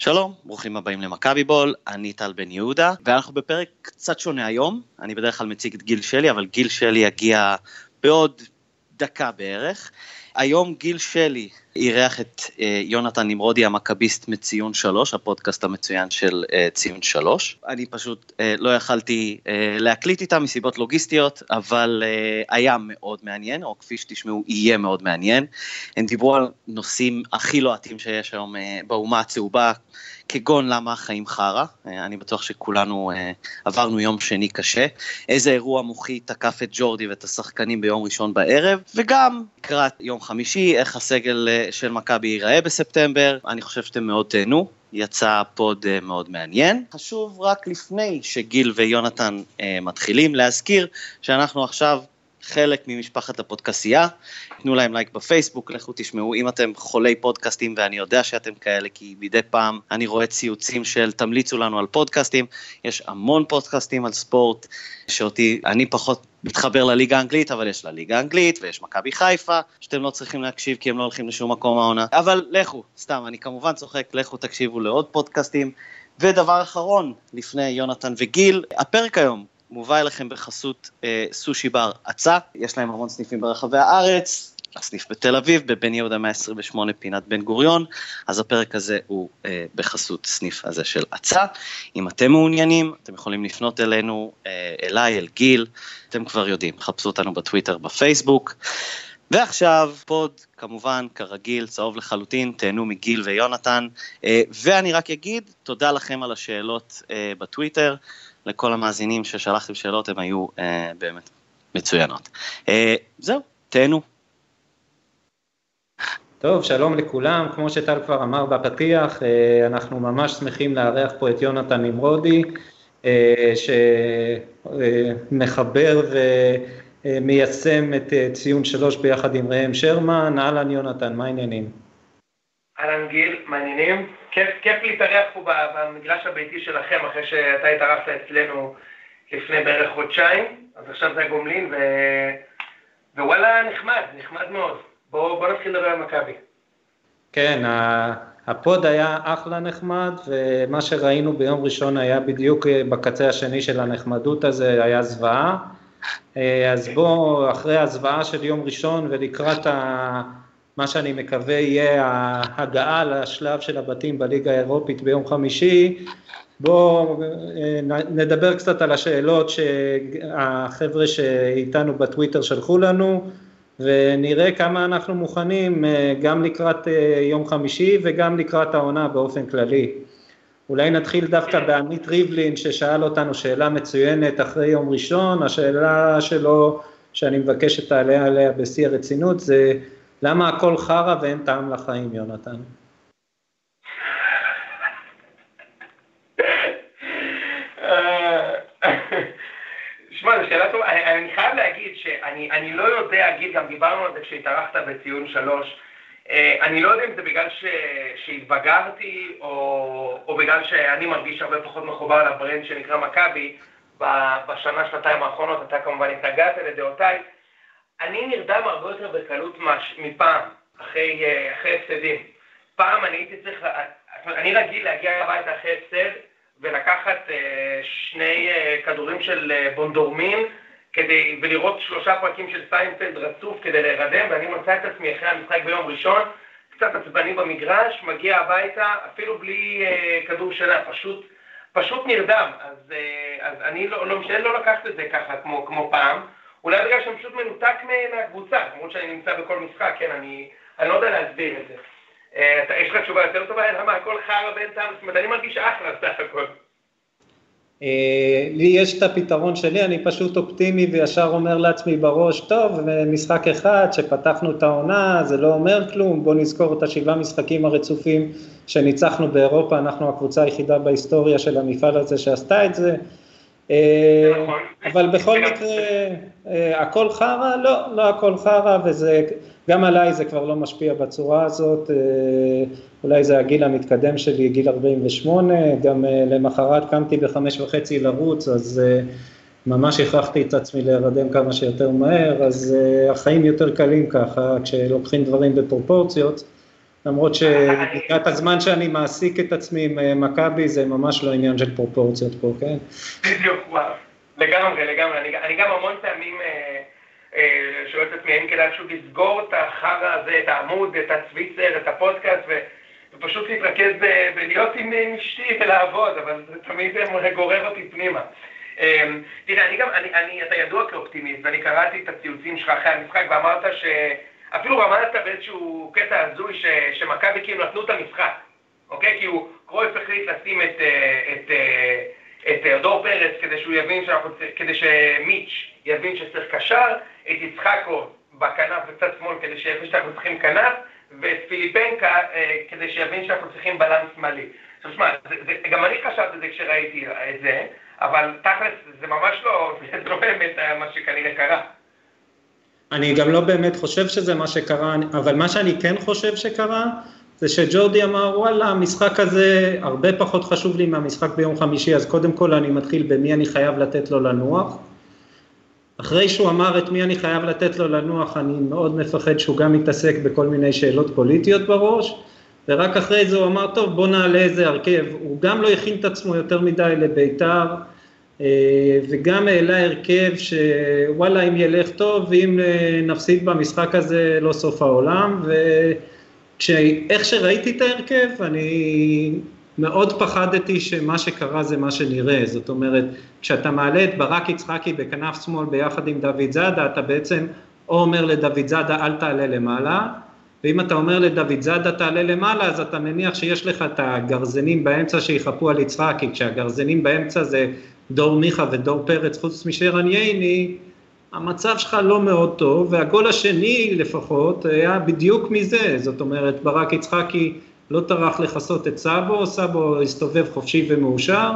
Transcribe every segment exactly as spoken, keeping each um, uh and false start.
שלום, ברוכים הבאים למכבי בול, אני טל בן יהודה, ואנחנו בפרק קצת שונה היום, אני בדרך כלל מציג את גיל שלי, אבל גיל שלי יגיע בעוד דקה בערך. היום גיל שלי אירח את אה, יונתן נמרודי, המכביסט מציון שלוש, הפודקאסט המצוין של אה, ציון שלוש. אני פשוט אה, לא יכלתי אה, להקליט איתם מסיבות לוגיסטיות, אבל אה, היה מאוד מעניין, או כפי שתשמעו, יהיה מאוד מעניין. הם דיברו על נושאים הכי לוהטים שיש היום אה, באומה הצהובה, כגון למה החיים חרה, אני בטוח שכולנו עברנו יום שני קשה, איזה אירוע מוחי תקף את ג'ורדי ואת השחקנים ביום ראשון בערב, וגם לקראת יום חמישי, איך הסגל של מכבי ייראה בספטמבר, אני חושב שאתם מאוד תהנו, יצא פוד מאוד מעניין. חשוב רק לפני שגיל ויונתן מתחילים להזכיר שאנחנו עכשיו חלק ממשפחת הפודקאסייה, תנו להם לייק בפייסבוק, לכו תשמעו, אם אתם חולי פודקאסטים, ואני יודע שאתם כאלה, כי מדי פעם אני רואה ציוצים של תמליצו לנו על פודקאסטים, יש המון פודקאסטים על ספורט, שאותי, אני פחות מתחבר לליגה האנגלית, אבל יש לליגה האנגלית, ויש מכבי חיפה, שאתם לא צריכים להקשיב, כי הם לא הולכים לשום מקום העונה, אבל לכו, סתם, אני כמובן צוחק, לכו תקשיבו לעוד פודקאסטים, ודבר אחרון, לפני יונתן וגיל, הפרק היום, מובא אליכם בחסות אה, סושי בר עצה, יש להם המון סניפים ברחבי הארץ, הסניף בתל אביב, בבן יהודה מאה עשרים ושמונה פינת בן גוריון, אז הפרק הזה הוא אה, בחסות סניף הזה של עצה, אם אתם מעוניינים, אתם יכולים לפנות אלינו, אה, אליי, אל גיל, אתם כבר יודעים, חפשו אותנו בטוויטר, בפייסבוק, ועכשיו פוד, כמובן, כרגיל, צהוב לחלוטין, תהנו מגיל ויונתן, אה, ואני רק אגיד, תודה לכם על השאלות אה, בטוויטר, לכל המאזינים ששלחתם שאלות, הם היו אה, באמת מצוינות. אה, זהו, תהנו. טוב, שלום לכולם, כמו שטל כבר אמר בפתיח, אה, אנחנו ממש שמחים לארח פה את יונתן נמרודי, אה, שמחבר ומיישם את אה, ציון שלוש ביחד עם ראם שרמן. אהלן יונתן, מה העניינים? אהלן גיל, מעניינים. כיף, כיף להתארח פה במגרש הביתי שלכם, אחרי שאתה התארחת אצלנו לפני בערך חודשיים, אז עכשיו זה הגומלין, ו... ווואלה, נחמד, נחמד מאוד. בוא, בוא נתחיל לדבר על מכבי. כן, הפוד היה אחלה נחמד, ומה שראינו ביום ראשון היה בדיוק בקצה השני של הנחמדות הזה, היה זוועה. אז בוא, אחרי הזוועה של יום ראשון ולקראת ה... מה שאני מקווה יהיה ההגעה לשלב של הבתים בליגה האירופית ביום חמישי, בואו נדבר קצת על השאלות שהחבר'ה שאיתנו בטוויטר שלחו לנו, ונראה כמה אנחנו מוכנים גם לקראת יום חמישי וגם לקראת העונה באופן כללי. אולי נתחיל דווקא בעמית ריבלין ששאל אותנו שאלה מצוינת אחרי יום ראשון, השאלה שלו שאני מבקש שתעלה עליה בשיא הרצינות זה, למה הכל חרה ואין טעם לחיים, יונתן? שמע, זו שאלה טובה. אני חייב להגיד שאני לא יודע, גיל, גם דיברנו על זה כשהתארחת בציון שלוש, אני לא יודע אם זה בגלל שהתבגרתי, או בגלל שאני מרגיש הרבה פחות מחובר לברנד שנקרא מכבי, בשנה, שנתיים האחרונות, אתה כמובן התנגדת לדעותיי, אני נרדם הרבה יותר בקלות מש, מפעם, אחרי, אחרי הפסדים. פעם אני הייתי צריך, אני רגיל להגיע הביתה אחרי הפסד, ולקחת שני כדורים של בונדורמין, כדי, ולראות שלושה פרקים של סיינפלד רצוף כדי להירדם, ואני מצא את עצמי אחרי המשחק ביום ראשון, קצת עצבני במגרש, מגיע הביתה, אפילו בלי כדור שינה, פשוט, פשוט נרדם. אז, אז אני לא, לא משנה לא לקחת את זה ככה כמו, כמו פעם, אולי בגלל שאני פשוט מנותק מהקבוצה, למרות שאני נמצא בכל משחק, כן, אני, אני לא יודע להסביר את זה. אתה, יש לך תשובה יותר טובה? למה הכל חרא ואין טעם? זאת אומרת, אני מרגיש אחלה, סך הכל. לי יש את הפתרון שלי, אני פשוט אופטימי וישר אומר לעצמי בראש, טוב, משחק אחד שפתחנו את העונה, זה לא אומר כלום, בוא נזכור את השבעה משחקים הרצופים שניצחנו באירופה, אנחנו הקבוצה היחידה בהיסטוריה של המפעל הזה שעשתה את זה, אבל בכל מקרה, הכל חרה? לא, לא הכל חרה, וזה, גם עליי זה כבר לא משפיע בצורה הזאת, אולי זה הגיל המתקדם שלי, גיל ארבעים ושמונה, גם למחרת קמתי בחמש וחצי לרוץ, אז ממש הכרחתי את עצמי להירדם כמה שיותר מהר, אז החיים יותר קלים ככה, כשלוקחים דברים בפרופורציות, למרות שבגלל הזמן שאני מעסיק את עצמי עם מכבי, זה ממש לא עניין של פרופורציות פה, כן? בדיוק, וואו. לגמרי, לגמרי. אני, אני גם המון פעמים אה, אה, שואל את עצמי, האם כדאי פשוט לסגור את החרא הזה, את העמוד, את הצוויצר, את הפודקאסט, ו, ופשוט להתרכז ב, בלהיות עם אשתי ולעבוד, אבל זה תמיד גורר אותי פנימה. אה, תראה, אני גם, אני, אני, אתה ידוע כאופטימיסט, ואני קראתי את הציוצים שלך אחרי המשחק, ואמרת ש... אפילו רמזת באיזשהו קטע הזוי ש, שמכבי כאילו נתנו את המשחק, אוקיי? כי הוא קרויף החליט לשים את, את, את, את דור פרץ כדי שהוא יבין שאנחנו, כדי שמיץ' יבין שצריך קשר, את יצחקו בכנף בצד שמאל כדי שיבין שאנחנו צריכים כנף, ואת פיליפנקה כדי שיבין שאנחנו צריכים בלם שמאלי. עכשיו שמע, גם אני חשבתי את זה כשראיתי את זה, אבל תכלס זה ממש לא, זה לא באמת מה שכנראה קרה. אני גם לא באמת חושב שזה מה שקרה, אבל מה שאני כן חושב שקרה, זה שג'ורדי אמר, וואלה, המשחק הזה הרבה פחות חשוב לי מהמשחק ביום חמישי, אז קודם כל אני מתחיל במי אני חייב לתת לו לנוח. אחרי שהוא אמר את מי אני חייב לתת לו לנוח, אני מאוד מפחד שהוא גם מתעסק בכל מיני שאלות פוליטיות בראש, ורק אחרי זה הוא אמר, טוב, בוא נעלה איזה הרכב. הוא גם לא הכין את עצמו יותר מדי לביתר, וגם העלה הרכב שוואלה אם ילך טוב ואם נפסיד במשחק הזה לא סוף העולם, ואיך שראיתי את ההרכב אני מאוד פחדתי שמה שקרה זה מה שנראה. זאת אומרת, כשאתה מעלה את ברק יצחקי בכנף שמאל ביחד עם דוד זאדה, אתה בעצם או אומר לדוד זאדה אל תעלה למעלה, ואם אתה אומר לדוד זאדה תעלה למעלה, אז אתה מניח שיש לך את הגרזנים באמצע שיחפו על יצחקי, כשהגרזנים באמצע זה דור מיכה ודור פרץ, חוץ משרן ייני, המצב שלך לא מאוד טוב, והגול השני לפחות היה בדיוק מזה. זאת אומרת, ברק יצחקי לא טרח לחסות את סאבו, סאבו הסתובב חופשי ומאושר,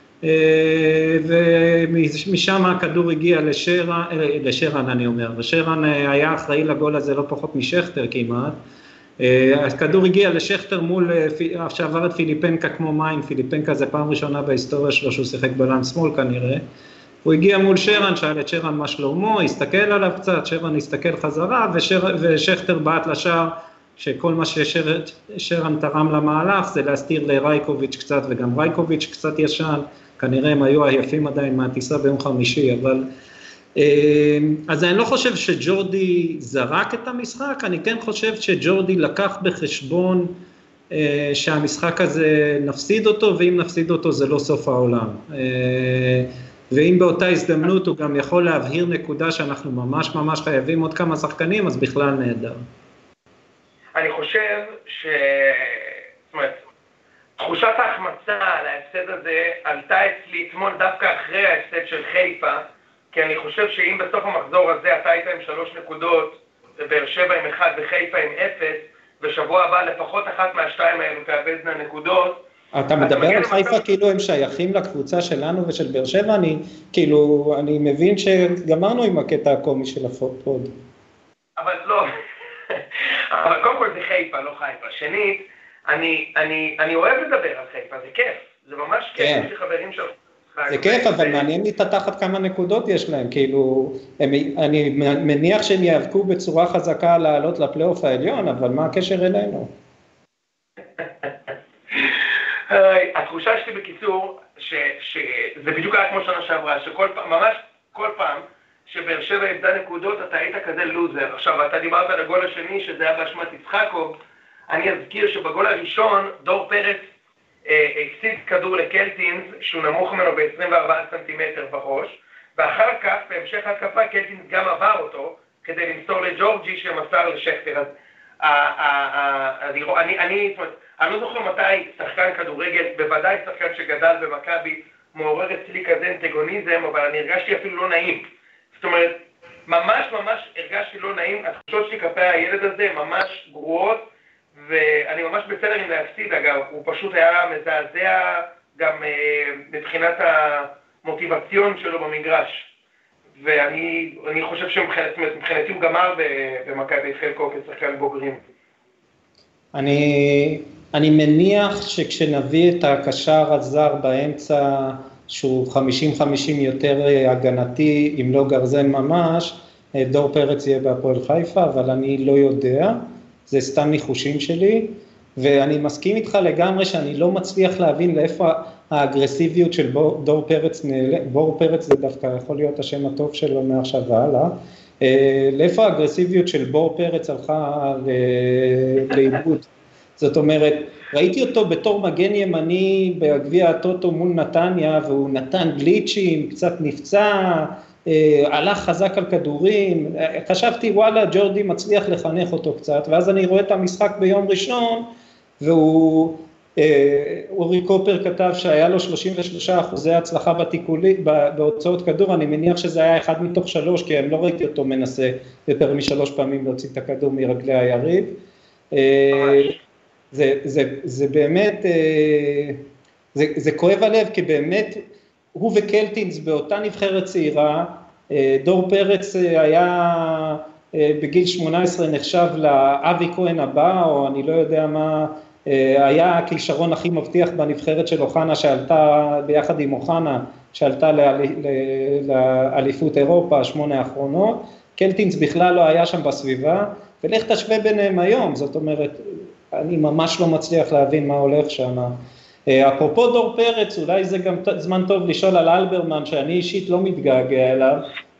ומשם הכדור הגיע לשרן, לשרן אני אומר, ושרן היה אחראי לגול הזה לא פחות משכתר כמעט, הכדור הגיע לשכתר מול, שעבר את פיליפנקה כמו מים, פיליפנקה זה פעם ראשונה בהיסטוריה שלו שהוא שיחק בלם שמאל כנראה, הוא הגיע מול שרן, שאל את שרן מה שלמה, הסתכל עליו קצת, שרן הסתכל חזרה, ושר, ושכתר בעט לשער, שכל מה ששרן תרם למהלך זה להסתיר לרייקוביץ' קצת, וגם רייקוביץ' קצת ישן, כנראה הם היו היפים עדיין מהטיסה ביום חמישי, אבל... אז אני לא חושב שג'ורדי זרק את המשחק, אני כן חושב שג'ורדי לקח בחשבון שהמשחק הזה נפסיד אותו, ואם נפסיד אותו זה לא סוף העולם. ואם באותה הזדמנות הוא גם יכול להבהיר נקודה שאנחנו ממש ממש חייבים עוד כמה שחקנים, אז בכלל נהדר. אני חושב ש... זאת אומרת, תחושת ההחמצה על ההפסד הזה עלתה אצלי אתמול דווקא אחרי ההפסד של חיפה, כי אני חושב שאם בסוף המחזור הזה אתה היית עם שלוש נקודות, ובאר שבע עם אחד וחיפה עם אפס, ושבוע הבא לפחות אחת מהשתיים האלו תאבדנה נקודות. אתה מדבר על חיפה כאילו הם שייכים לקבוצה שלנו ושל באר שבע, אני כאילו, אני מבין שגמרנו עם הקטע הקומי של הפוד. אבל לא, אבל קודם כל זה חיפה, לא חיפה. שנית, אני, אני, אני אוהב לדבר על חיפה, זה כיף, זה ממש כיף, כן. יש לי חברים שלו. זה כיף, אבל מעניין לי תחת כמה נקודות יש להם, כאילו, הם, אני מניח שהם יאבקו בצורה חזקה לעלות לפלייאוף העליון, אבל מה הקשר אלינו? התחושה שלי בקיצור, שזה בדיוק היה כמו שנה שעברה, שכל פעם, ממש כל פעם, שבאר שבע איבדה נקודות, אתה היית כזה לוזר. עכשיו, אתה דיברת על הגול השני, שזה היה באשמת יצחקו, אני אזכיר שבגול הראשון, דור פרץ, הפסיד כדור לקלטינס, שהוא נמוך ממנו ב-עשרים וארבעה סנטימטר בראש, ואחר כך, בהמשך התקפה, קלטינס גם עבר אותו, כדי למסור לג'ורג'י שמסר לשכתר. אז אני לא זוכר מתי שחקן כדורגל, בוודאי שחקן שגדל במכבי, מעורר אצלי כזה אנטגוניזם, אבל אני הרגשתי אפילו לא נעים. זאת אומרת, ממש ממש הרגשתי לא נעים, התחושות שלי כלפי הילד הזה ממש גרועות, ואני ממש בסדר עם להפסיד, אגב, הוא פשוט היה מזעזע גם אה, מבחינת המוטיבציון שלו במגרש, ואני אני חושב שמבחינתי הוא גמר במכבי חלקו כשחקן בוגרים. אני, אני מניח שכשנביא את הקשר הזר באמצע, שהוא חמישים חמישים יותר הגנתי, אם לא גרזן ממש, דור פרץ יהיה בהפועל חיפה, אבל אני לא יודע. זה סתם ניחושים שלי, ואני מסכים איתך לגמרי שאני לא מצליח להבין לאיפה האגרסיביות של בור, דור פרץ, בור פרץ זה דווקא יכול להיות השם הטוב שלו מעכשיו והלאה, לאיפה האגרסיביות של בור פרץ הלכה לאיבוד. זאת אומרת, ראיתי אותו בתור מגן ימני בגביע הטוטו מול נתניה, והוא נתן גליצ'ים, קצת נפצע, הלך חזק על כדורים, חשבתי וואלה ג'ורדי מצליח לחנך אותו קצת, ואז אני רואה את המשחק ביום ראשון, והוא, אורי קופר כתב שהיה לו שלושים ושלושה אחוזי הצלחה בתיקולי, בהוצאות כדור, אני מניח שזה היה אחד מתוך שלוש, כי אני לא ראיתי אותו מנסה יותר משלוש פעמים להוציא את הכדור מרגלי היריב, זה, זה, זה באמת, זה, זה כואב הלב, כי באמת, הוא וקלטינס באותה נבחרת צעירה, דור פרץ היה בגיל שמונה עשרה נחשב לאבי כהן הבא, או אני לא יודע מה, היה הכישרון הכי מבטיח בנבחרת של אוחנה, שעלתה ביחד עם אוחנה, שעלתה לאליפות אירופה, השמונה האחרונות, קלטינס בכלל לא היה שם בסביבה, ולך תשווה ביניהם היום, זאת אומרת, אני ממש לא מצליח להבין מה הולך שם. אפרופו דור פרץ, אולי זה גם זמן טוב לשאול על אלברמן, שאני אישית לא מתגעגע אליו.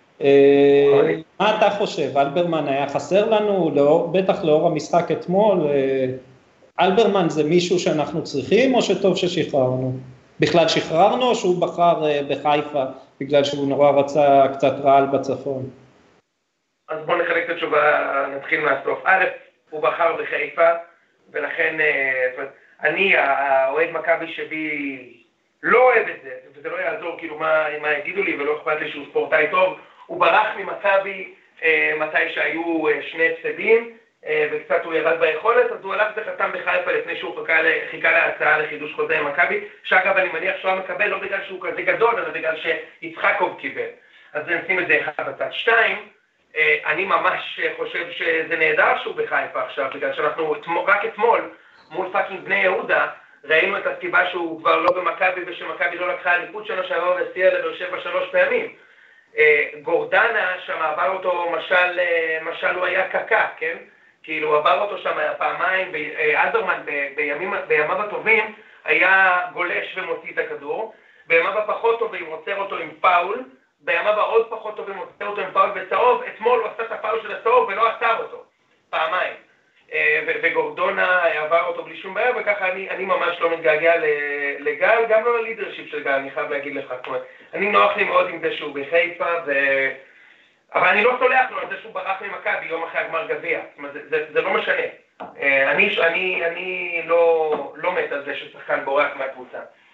מה אתה חושב? אלברמן היה חסר לנו, בטח לאור המשחק אתמול, אלברמן זה מישהו שאנחנו צריכים, או שטוב ששחררנו? בכלל שחררנו, או שהוא בחר בחיפה, בגלל שהוא נורא רצה קצת רעל בצפון? אז בואו נחלק את התשובה, נתחיל מהסוף. א', הוא בחר בחיפה, ולכן, אני, האוהד מכבי שבי, לא אוהב את זה, וזה לא יעזור, כאילו, מה, מה יגידו לי, ולא אכפת לי שהוא ספורטאי טוב, הוא ברח ממכבי מתי שהיו שני הפסדים, וקצת הוא ירד ביכולת, אז הוא הלך וחתם בחיפה לפני שהוא חיכה להצעה לחידוש חוזה עם מכבי, שאגב, אני מניח שהוא מקבל לא בגלל שהוא כזה גדול, אלא בגלל שיצחקוב קיבל. אז נשים את זה אחד בצד. שתיים, אני ממש חושב שזה נהדר שהוא בחיפה עכשיו, בגלל שאנחנו רק אתמול, מול פאקינג בני יהודה, ראינו את הסיבה שהוא כבר לא במכבי, ושמכבי לא לקחה אליפות שנה שעברה והסיעה לבאר שבע שלוש פעמים. גורדנה שם עבר אותו, משל, משל הוא היה קקה, כן? כאילו עבר אותו שם פעמיים, אלברמן בימיו הטובים היה גולש ומוציא את הכדור, בימיו הפחות טובים עוצר אותו עם פאול, בימיו העוד פחות טובים עוצר אותו עם פאול בצהוב, אתמול הוא עשה את הפאול של הצהוב ולא עצר אותו, פעמיים. וגורדונה עבר אותו בלי שום בעיה, וככה אני, אני ממש לא מתגעגע לגל, גם לא ללידרשיפ של גל, אני חייב להגיד לך. אני נוח לי מאוד עם זה שהוא בחיפה, ו... אבל אני לא סולח לו על זה שהוא ברח ממכבי יום אחרי הגמר גביע, זאת אומרת, זה, זה, זה לא משנה. אני, אני, אני לא, לא מת על זה ששחקן בורח מהקבוצה.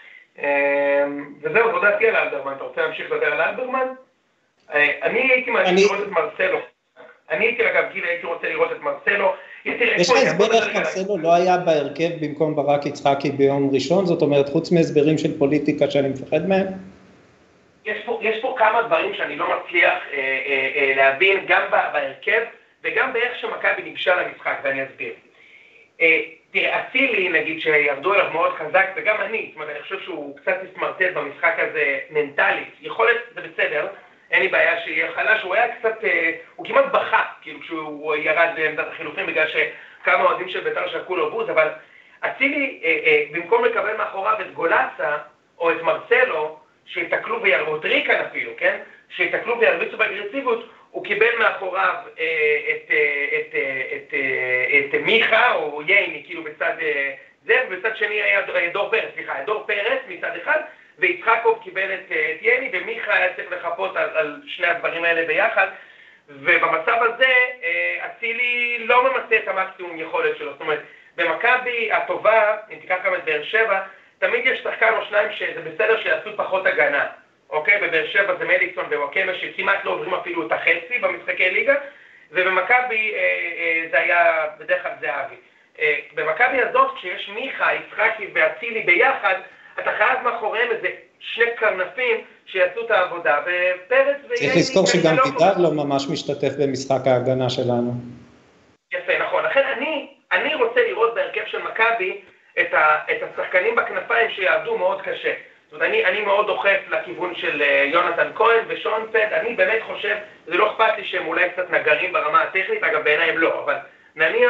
וזהו, תודעתי על אלברמן, אתה רוצה להמשיך לדבר על אלברמן? אני הייתי מעדיף לראות את מרסלו. אני הייתי, אגב, גיל, הייתי רוצה לראות את מרסלו. יש לך הסבר איך מרסלו לא היה בהרכב במקום ברק יצחקי ביום ראשון? זאת אומרת, חוץ מהסברים של פוליטיקה שאני מפחד מהם? יש פה, יש פה כמה דברים שאני לא מצליח אה, אה, אה, להבין, גם בהרכב וגם באיך שמכבי ניגשה למשחק, ואני אסביר. אה, תראה, אצילי, נגיד, שירדו עליו מאוד חזק, וגם אני, זאת אומרת, אני חושב שהוא קצת הסמרטט במשחק הזה מנטלית. יכולת, זה בסדר, אין לי בעיה שיהיה חלש, הוא היה קצת, אה, הוא כמעט בכה, כאילו, כשהוא ירד בעמדת החילופים, בגלל שכמה אוהדים של בית"ר שקעו לו בוז, אבל אצילי, אה, אה, במקום לקבל מאחוריו את גולאסה, או את מרסלו, שיתקלו וירבו, את ריקן אפילו, כן? שיתקלו וירביצו באגרסיביות, הוא קיבל מאחוריו אה, את, אה, את, אה, את, אה, את מיכה, או ייני, כאילו בצד אה, זה, ובצד שני היה דור פרץ, סליחה, דור פרץ מצד אחד, ויצחקוב קיבל את, את ייני, ומיכה היה צריך לחפות על, על שני הדברים האלה ביחד, ובמצב הזה, אצילי לא ממצא את המקסימום יכולת שלו, זאת אומרת, במכבי הטובה, אם תיקח גם את באר שבע, תמיד יש שחקן או שניים שזה בסדר שיעשו פחות הגנה, אוקיי? בבאר שבע זה מליקסון ווואקמה שכמעט לא עוברים אפילו את החצי במשחקי ליגה, ובמכבי אה, אה, זה היה בדרך כלל זהבי. אה, במכבי הזאת, כשיש מיכה, יצחקי ואצילי ביחד, אתה חייב מאחוריהם איזה שני קרנפים שיעשו את העבודה, ופרץ וייני... צריך לזכור שגם פידד לא ממש משתתף במשחק ההגנה שלנו. יפה, נכון. לכן אני, אני רוצה לראות בהרכב של מכבי את, ה, את השחקנים בכנפיים שיעבדו מאוד קשה. זאת אומרת, אני, אני מאוד דוחף לכיוון של יונתן כהן ושון פד, אני באמת חושב, זה לא אכפת לי שהם אולי קצת נגרים ברמה הטכנית, אגב בעיניי הם לא, אבל נניח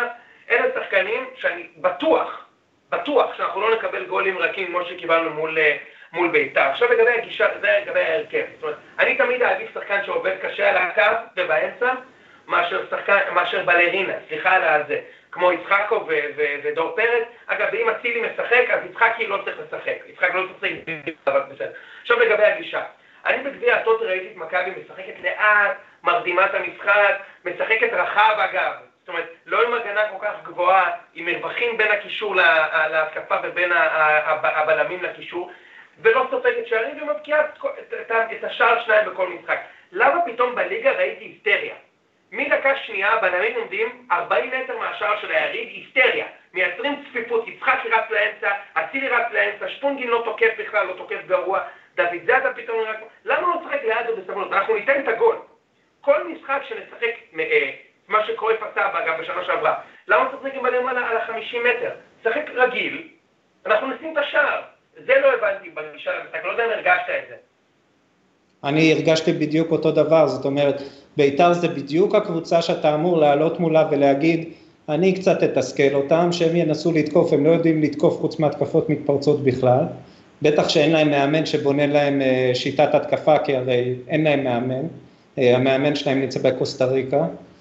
אלה שחקנים שאני בטוח, בטוח שאנחנו לא נקבל גולים רכים כמו שקיבלנו מול, מול בית"ר. עכשיו לגבי הגישה, זה לגבי ההרכב. זאת אומרת, אני תמיד אעדיף שחקן שעובד קשה על הקו ובאמצע, מאשר, שחקן, מאשר בלרינה, סליחה על זה, כמו יצחקו ו- ו- ודור פרץ. אגב, אם אצילי משחק, אז יצחקי לא צריך לשחק. יצחק לא צריך לשחק. עכשיו לגבי הגישה. אני בגביע הטוטו ראיתי את מכבי משחקת לאט, מרדימה את המשחק, משחקת רחב אגב. זאת אומרת, לא עם הגנה כל כך גבוהה, עם מרווחים בין הקישור להתקפה ובין הבלמים לקישור, ולא סופגת שערים ומבקיעה את השער שניים בכל משחק. למה פתאום בליגה ראיתי היסטריה? מדקה שנייה הבלמים עומדים ארבעים מטר מהשער של היריב, היסטריה. מייצרים צפיפות, יצחקי רץ לאמצע, אצילי רץ לאמצע, שפונגין לא תוקף בכלל, לא תוקף גרוע, דוד זאדה פתאום נראה... למה לא נשחק ליד ובסבלנות? אנחנו ניתן את הגול. כל משחק שנשחק, מה שקרויף עשה גם בשנה שעברה, למה נשחק עם בלמעלה על ה-חמישים מטר? נשחק רגיל, אנחנו נשים את השער. זה לא הבנתי בגישה למשחק, לא יודע אם הרגשת את זה. אני הרגשתי בדיוק אותו דבר, זאת אומרת, בית"ר זה בדיוק הקבוצה שאתה אמור לעלות מולה ולהגיד, אני קצת אתסכל אותם, שהם ינסו לתקוף, הם לא יודעים לתקוף חוץ מהתקפות מתפרצות בכלל, בטח שאין להם מאמן שבונה להם שיטת התקפה, כי הרי אין להם מאמן, המאמן שלהם נמצא בקוסטה ריקה,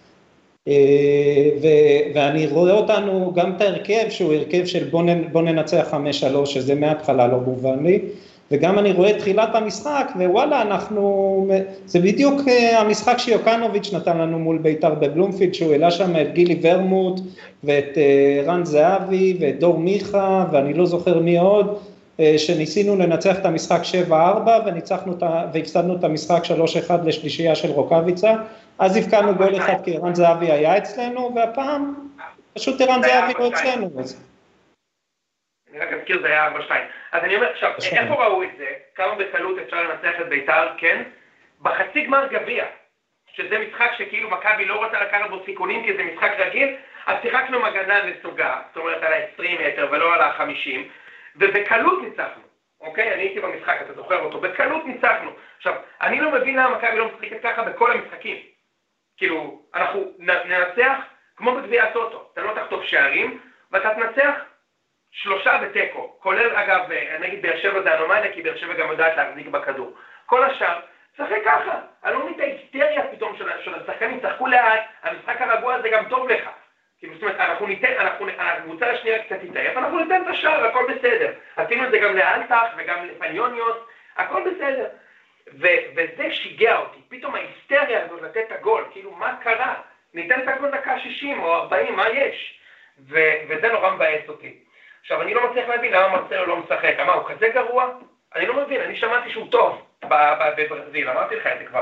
ואני רואה אותנו גם את ההרכב, שהוא הרכב של בוא ננצח חמש שלוש, שזה מההתחלה לא מובן לי, וגם אני רואה את תחילת המשחק, ווואלה, אנחנו, זה בדיוק המשחק שיוקנוביץ' נתן לנו מול בית"ר בבלומפילד, שהוא העלה שם את גילי ורמוט, ואת רן זהבי, ואת דור מיכה, ואני לא זוכר מי עוד, שניסינו לנצח את המשחק שבע ארבע, וניצחנו והפסדנו את המשחק שלוש אחד לשלישייה של רוקאביצה, אז הבקענו גול אחד כי רן זהבי היה אצלנו, והפעם פשוט רן זהבי לא אצלנו. אני רק אזכיר, זה היה ארבע שתיים. אז אני אומר, עכשיו, איפה ראו את זה? כמה בקלות אפשר לנצח את בית"ר, כן? בחצי גמר גביע, שזה משחק שכאילו מכבי לא רוצה לקחת בו סיכונים, כי זה משחק רגיל, אז שיחקנו מגנה נסוגה, זאת אומרת על ה-עשרים מטר ולא על ה-חמישים, ובקלות ניצחנו, אוקיי? אני הייתי במשחק, אתה זוכר אותו, בקלות ניצחנו. עכשיו, אני לא מבין למה מכבי לא משחקת ככה בכל המשחקים. כאילו, אנחנו ננצח כמו בגביע הטוטו, אתה לא תחטוף שערים, ואתה תנצח שלושה בטקו, כולל אגב, נגיד באר שבע זה אנומליה, כי באר שבע גם יודעת להחזיק בכדור. כל השאר, שחק ככה, אני לא מבין את ההיסטריה פתאום של, של השחקנים, צחקו לאט, המשחק הרגוע הזה גם טוב לך. כי זאת אומרת, אנחנו ניתן, אנחנו, הקבוצה השנייה קצת תתעייף, אנחנו ניתן את השאר, הכל בסדר. עשינו את זה גם לאלטח וגם לפניוניוס, הכל בסדר. ו, וזה שיגע אותי, פתאום ההיסטריה הזאת לתת את הגול, כאילו מה קרה? ניתן את הגול דקה שישים או ארבעים, מה יש? ו, וזה נורא מבאס אותי. עכשיו, אני לא מצליח להבין למה מרסלו לא משחק. מה, הוא כזה גרוע? אני לא מבין, אני שמעתי שהוא טוב בברזיל, אמרתי לך את זה כבר.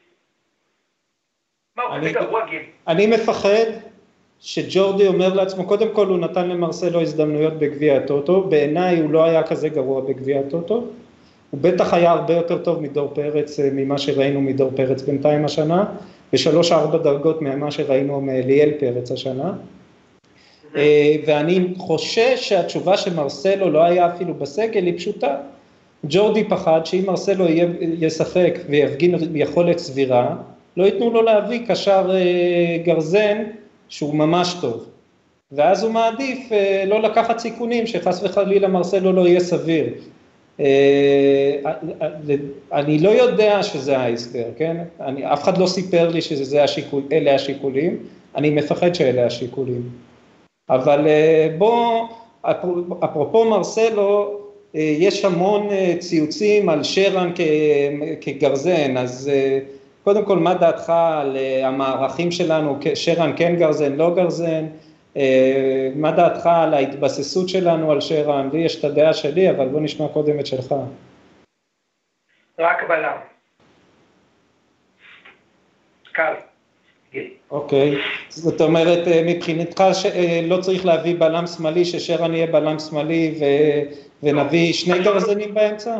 מה, הוא כזה גרוע, גיל? אני מפחד שג'ורדי אומר לעצמו, קודם כל הוא נתן למרסלו הזדמנויות בגביע הטוטו, בעיניי הוא לא היה כזה גרוע בגביע הטוטו, הוא בטח היה הרבה יותר טוב מדור פרץ, ממה שראינו מדור פרץ בינתיים השנה, ושלוש ארבע דרגות ממה שראינו מאליאל פרץ השנה, ואני חושש שהתשובה שמרסלו לא היה אפילו בסגל היא פשוטה. ג'ורדי פחד שאם מרסלו ישחק ויפגין יכולת סבירה, לא ייתנו לו להביא קשר גרזן שהוא ממש טוב. ואז הוא מעדיף לא לקחת סיכונים שחס וחלילה מרסלו לא יהיה סביר. אני לא יודע שזה ההסבר, כן? אני, אף אחד לא סיפר לי שאלה השיקול, השיקולים, אני מפחד שאלה השיקולים. אבל בוא, אפרופו מרסלו, יש המון ציוצים על שרן כגרזן, אז קודם כל מה דעתך על המערכים שלנו, שרן כן גרזן, לא גרזן, מה דעתך על ההתבססות שלנו על שרן, לי יש את הדעה שלי, אבל בוא נשמע קודם את שלך. רק בלם. קל. אוקיי, זאת אומרת מבחינתך לא צריך להביא בלם שמאלי, ששרן יהיה בלם שמאלי ונביא שני גרזנים באמצע?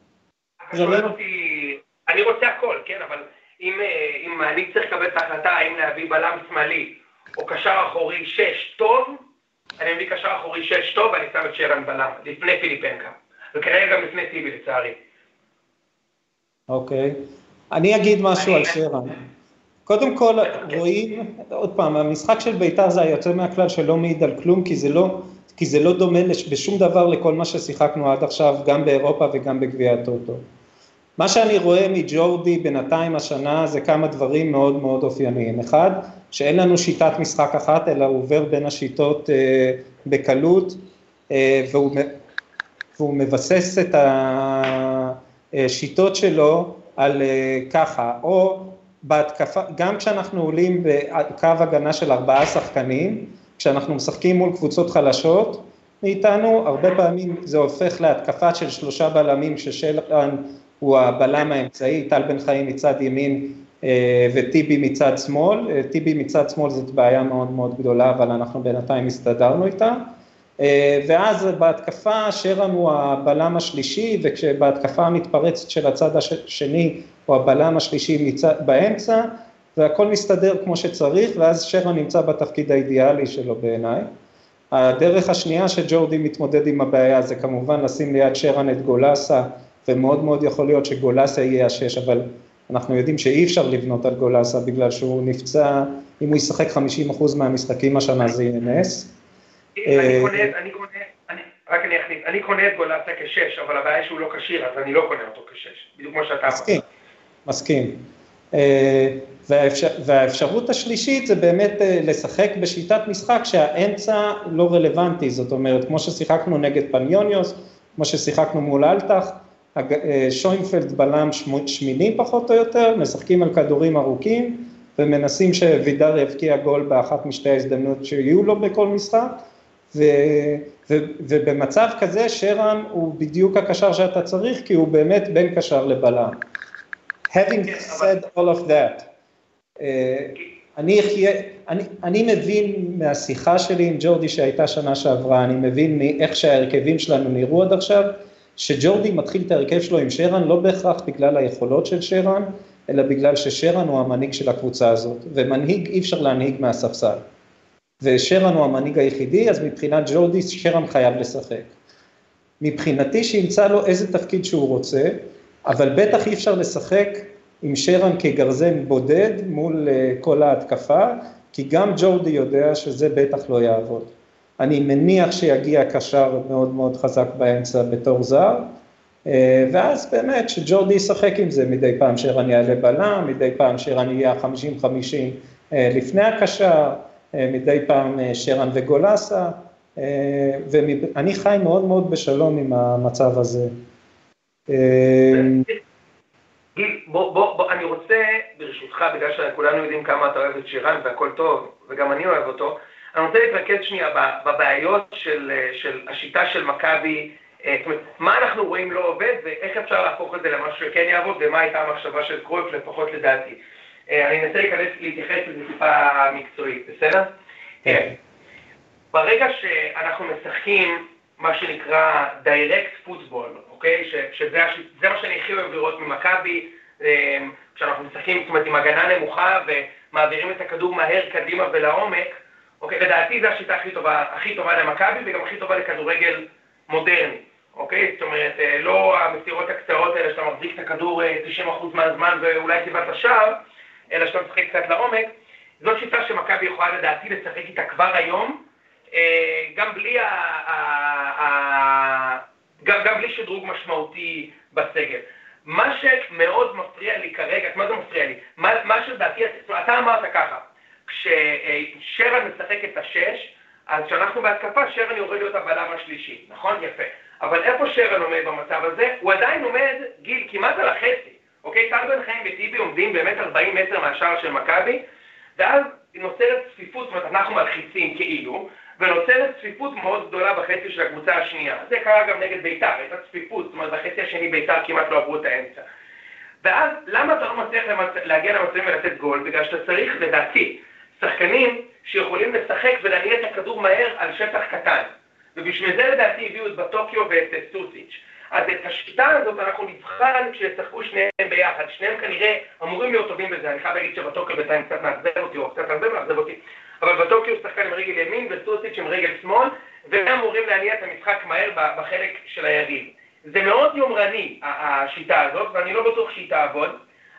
אני רוצה הכל, כן, אבל אם אני צריך לקבל את ההחלטה האם להביא בלם שמאלי או קשר אחורי שש טוב, אני מביא קשר אחורי שש טוב ואני שם את שרן בלם, לפני פיליפנקה, וכרגע גם לפני טיבי לצערי. אוקיי, אני אגיד משהו על שרן. קודם כל רואים, עוד פעם, המשחק של בית"ר זה היוצא מהכלל שלא מעיד על כלום, כי זה לא, כי זה לא דומה בשום דבר לכל מה ששיחקנו עד עכשיו, גם באירופה וגם בגביע הטוטו. מה שאני רואה מג'ורדי בינתיים השנה זה כמה דברים מאוד מאוד אופייניים. אחד, שאין לנו שיטת משחק אחת, אלא הוא עובר בין השיטות אה, בקלות, אה, והוא, והוא מבסס את השיטות שלו על אה, ככה, או בהתקפה, גם כשאנחנו עולים בקו הגנה של ארבעה שחקנים, כשאנחנו משחקים מול קבוצות חלשות מאיתנו, הרבה פעמים זה הופך להתקפה של שלושה בלמים, ששלרן הוא הבלם האמצעי, טל בן חיים מצד ימין וטיבי מצד שמאל. טיבי מצד שמאל זאת בעיה מאוד מאוד גדולה, אבל אנחנו בינתיים הסתדרנו איתה. ואז בהתקפה שרן הוא הבלם השלישי, וכשבהתקפה המתפרצת של הצד השני הוא הבלם השלישי באמצע, והכל מסתדר כמו שצריך, ואז שרן נמצא בתפקיד האידיאלי שלו בעיניי. הדרך השנייה שג'ורדי מתמודד עם הבעיה זה כמובן לשים ליד שרן את גולסה, ומאוד מאוד יכול להיות שגולסה יהיה השש, אבל אנחנו יודעים שאי אפשר לבנות על גולסה, בגלל שהוא נפצע, אם הוא ישחק חמישים אחוז מהמשחקים השנה זה יהיה נס. אני קונה, אני קונה, רק אני אחליט, אני קונה את גולסה כשש, אבל הבעיה שהוא לא כשיר, אז אני לא קונה אותו כשש, בדיוק כמו שאתה אמרת. מסכים, מסכים. והאפשרות השלישית זה באמת לשחק בשיטת משחק שהאמצע לא רלוונטי, זאת אומרת, כמו ששיחקנו נגד פניוניוס, כמו ששיחקנו מול אלטח, שוינפלד בלם שמיני פחות או יותר, משחקים על כדורים ארוכים, ומנסים שווידר יבקיע גול באחת משתי ההזדמנות שיהיו לו בכל משחק, ו, ו, ובמצב כזה שרן הוא בדיוק הקשר שאתה צריך, כי הוא באמת בין קשר לבלם. Having said all of that, אני, אני, אני מבין מהשיחה שלי עם ג'ורדי שהייתה שנה שעברה, אני מבין מאיך שההרכבים שלנו נראו עד עכשיו, שג'ורדי מתחיל את ההרכב שלו עם שרן, לא בהכרח בגלל היכולות של שרן, אלא בגלל ששרן הוא המנהיג של הקבוצה הזאת, ומנהיג אי אפשר להנהיג מהספסל. ושרן הוא המנהיג היחידי, אז מבחינת ג'ורדי שרן חייב לשחק. מבחינתי שימצא לו איזה תפקיד שהוא רוצה, אבל בטח אי אפשר לשחק עם שרן כגרזן בודד מול כל ההתקפה, כי גם ג'ורדי יודע שזה בטח לא יעבוד. אני מניח שיגיע קשר מאוד מאוד חזק באמצע בתור זר, ואז באמת שג'ורדי ישחק עם זה, מדי פעם שרן יעלה בלם, מדי פעם שרן יהיה חמישים חמישים לפני הקשר, מדי פעם שרן וגולסה, ואני חי מאוד מאוד בשלום עם המצב הזה. בוא, בוא, בוא, אני רוצה, ברשותך, בגלל שכולנו יודעים כמה אתה אוהב את שרן והכל טוב, וגם אני אוהב אותו, אני רוצה להתרכז שנייה בבעיות של, של השיטה של מכבי, זאת אומרת, מה אנחנו רואים לא עובד, ואיך אפשר להפוך את זה למשהו שכן יעבוד, ומה הייתה המחשבה של קרויף, לפחות לדעתי. אני אנסה להיכנס, להתייחס לזה טיפה מקצועית, בסדר? כן. ברגע שאנחנו משחקים מה שנקרא direct football, אוקיי? שזה זה מה שאני הכי אוהב לראות ממכבי, כשאנחנו משחקים, זאת אומרת, עם הגנה נמוכה ומעבירים את הכדור מהר קדימה ולעומק, אוקיי? לדעתי זו השיטה הכי טובה, הכי טובה למכבי וגם הכי טובה לכדורגל מודרני, אוקיי? זאת אומרת, לא המסירות הקצרות האלה שאתה מחזיק את הכדור תשעים אחוז מהזמן ואולי כיוון השער, אלא שאתה משחק קצת לעומק. זאת שיטה שמכבי יכולה לדעתי לשחק איתה כבר היום, גם בלי, ה, ה, ה, גם, גם בלי שדרוג משמעותי בסגל. מה שמאוד מפריע לי כרגע, מה זה מפריע לי? מה, מה שדעתי, אתה אמרת ככה, כששרן משחק את השש, אז כשאנחנו בהתקפה, שרן יורד להיות הבלם השלישי, נכון? יפה. אבל איפה שרן עומד במצב הזה? הוא עדיין עומד, גיל, כמעט על החצי. אוקיי? טל בן חיים וטיבי עומדים באמת ארבעים מטר מהשער של מכבי, ואז נוצרת צפיפות, זאת אומרת, אנחנו מלחיצים כאילו, ונוצרת צפיפות מאוד גדולה בחצי של הקבוצה השנייה. זה קרה גם נגד בית"ר, הייתה צפיפות, זאת אומרת, בחצי השני בית"ר כמעט לא עברו את האמצע. ואז, למה אתה לא מצליח להגיע למצבים ולתת גול? בגלל שאתה צריך, לדעתי, שחקנים שיכולים לשחק ולהניע את הכדור מהר על שטח קטן. ובשביל זה לדעתי הביאו את בטוקיו ואת סוסיץ'. אז את השיטה הזאת אנחנו נבחן כשישחקו שניהם ביחד. שניהם כנראה אמורים להיות טובים בזה. אני חייב להגיד שבטוקיו בינתיים קצת מעצבן אותי, או קצת הרבה מעצבן אותי. אבל בטוקיו הוא שחקן עם רגל ימין וסוסיץ' עם רגל שמאל, והם אמורים להניע את המשחק מהר בחלק של היריב. זה מאוד יומרני, השיטה הזאת, ואני לא בטוח שהיא תעבוד,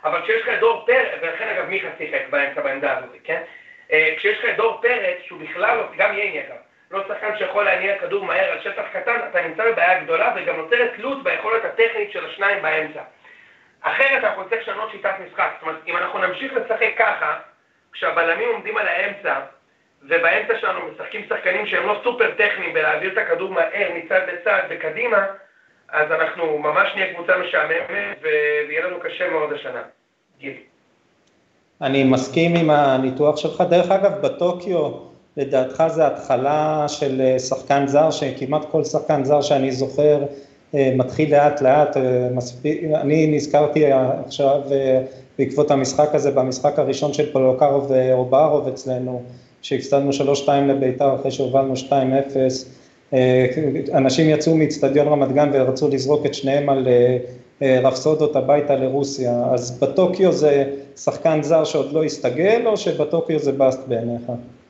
אבל כשיש לך את דור פרץ, ולכן אגב מיכה שיחק באמצע בעמדה הזאת, כן? כשיש לך את דור פרץ, שהוא בכלל, גם ייני אגב, לא שחקן שיכול להניע כדור מהר על שטח קטן, אתה נמצא בבעיה גדולה, וגם נוצרת תלות ביכולת הטכנית של השניים באמצע. אחרת אנחנו נצטרך לשנות שיטת משחק. זאת אומרת, אם אנחנו נמשיך לשחק ככה, כשהבלמים עומדים על האמצע, ובאמצע שלנו משחקים שחקנים שהם לא סופר טכניים בלהעביר את הכדור מהר מצד לצד וקדימה, אז אנחנו ממש נהיה קבוצה משעממת, ויהיה לנו קשה מאוד השנה. גיל. אני מסכים עם הניתוח שלך. דרך אגב, בטוקיו, לדעתך זה התחלה של שחקן זר, שכמעט כל שחקן זר שאני זוכר, מתחיל לאט לאט, אני נזכרתי עכשיו בעקבות המשחק הזה, במשחק הראשון של פולוקרוב ואוברוב אצלנו, שהפסדנו שלוש שתיים לביתר אחרי שהובלנו שתיים אפס, אנשים יצאו מאצטדיון רמת גן ורצו לזרוק את שניהם על רפסודות הביתה לרוסיה, אז בטוקיו זה שחקן זר שעוד לא הסתגל, או שבטוקיו זה בסט בעיניך?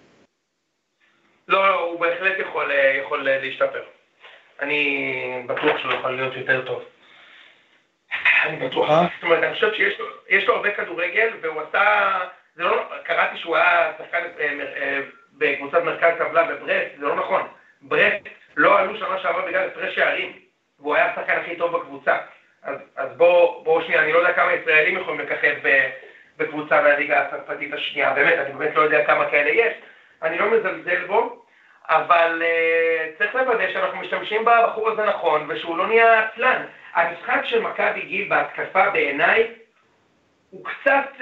לא, הוא בהחלט יכול, יכול להשתפר. אני בטוח שהוא יכול להיות יותר טוב. אני בטוח. זאת אומרת, אני חושב שיש לו, יש לו הרבה כדורגל, והוא עשה, זה לא, קראתי שהוא היה שחקן בקבוצת מרכז טבלה בברסט, זה לא נכון. ברסט לא עלו שנה שעברה בגלל הפרש שערים, והוא היה השחקן הכי טוב בקבוצה. אז, אז בוא, בוא שנייה, אני לא יודע כמה ישראלים יכולים לככב בקבוצה מהליגה הצרפתית השנייה, באמת, אני באמת לא יודע כמה כאלה יש, אני לא מזלזל בו, אבל uh, צריך לוודא שאנחנו משתמשים בבחור הזה נכון, ושהוא לא נהיה עצלן. המשחק של מכבי גיל בהתקפה בעיניי, הוא קצת, uh,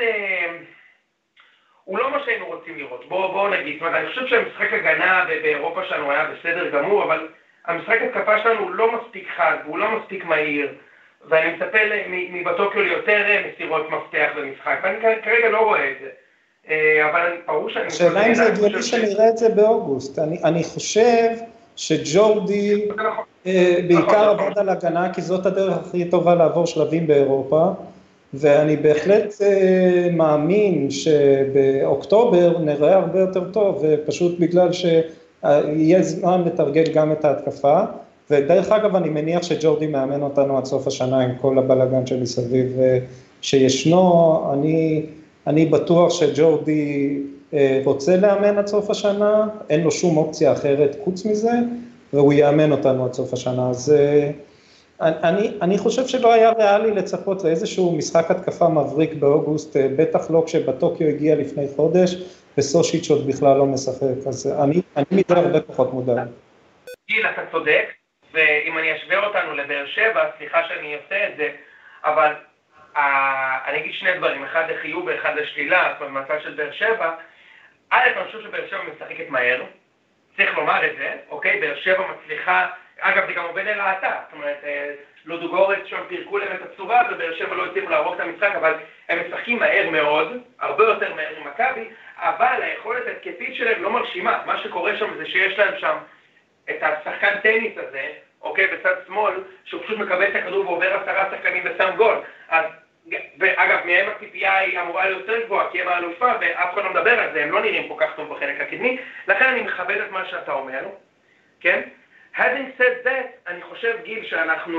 הוא לא מה שהיינו רוצים לראות, בואו בוא נגיד, זאת אומרת, אני חושב שהמשחק הגנה באירופה שלנו היה בסדר גמור, אבל המשחק התקפה שלנו הוא לא מספיק חד, הוא לא מספיק מהיר, ואני מצפה מבטוקיו ליותר מסירות מפתח במשחק, ואני כרגע לא רואה את זה. אבל ברור שאני... השאלה אם זה הגיוני שנראה את זה באוגוסט. אני חושב שג'ורדי בעיקר עבד על הגנה, כי זאת הדרך הכי טובה לעבור שלבים באירופה, ואני בהחלט מאמין שבאוקטובר נראה הרבה יותר טוב, ופשוט בגלל שיהיה זמן לתרגל גם את ההתקפה, ודרך אגב אני מניח שג'ורדי מאמן אותנו עד סוף השנה עם כל הבלגן שמסביב שישנו. אני... אני בטוח שג'ורדי רוצה לאמן עד סוף השנה, אין לו שום אופציה אחרת חוץ מזה, והוא יאמן אותנו עד סוף השנה. אז אני, אני חושב שלא היה ריאלי לצפות לאיזשהו משחק התקפה מבריק באוגוסט, בטח לא כשבטוקיו הגיע לפני חודש, וסושיץ' עוד בכלל לא משחק, אז אני, אני מזה הרבה פחות מודע. גיל, אתה צודק, ואם אני אשווה אותנו לבאר שבע, סליחה שאני עושה את זה, אבל... אני אגיד שני דברים, אחד לחיוב ואחד לשלילה, זאת אומרת, מהצד של באר שבע. א', אני חושב שבאר שבע משחקת מהר, צריך לומר את זה, אוקיי? באר שבע מצליחה, אגב, זה גם עובד לרעתה, זאת אומרת, לודוגורץ שם פירקו להם את הצורה, ובאר שבע לא הצליחו להרוג את המשחק, אבל הם משחקים מהר מאוד, הרבה יותר מהר ממכבי, אבל היכולת התקפית שלהם לא מרשימה. מה שקורה שם זה שיש להם שם את השחקן טניס הזה, אוקיי, בצד שמאל, שהוא פשוט מקבל את הכדור ועובר עשרה שחקנים ושם גול. אז ואגב, מהם הציפייה היא אמורה להיות יותר גבוהה, כי הם האלופה, ואף אחד לא מדבר על זה, הם לא נראים כל כך טוב בחלק הקדמי, לכן אני מכבד את מה שאתה אומר, כן? Having said that, אני חושב, גיל, שאנחנו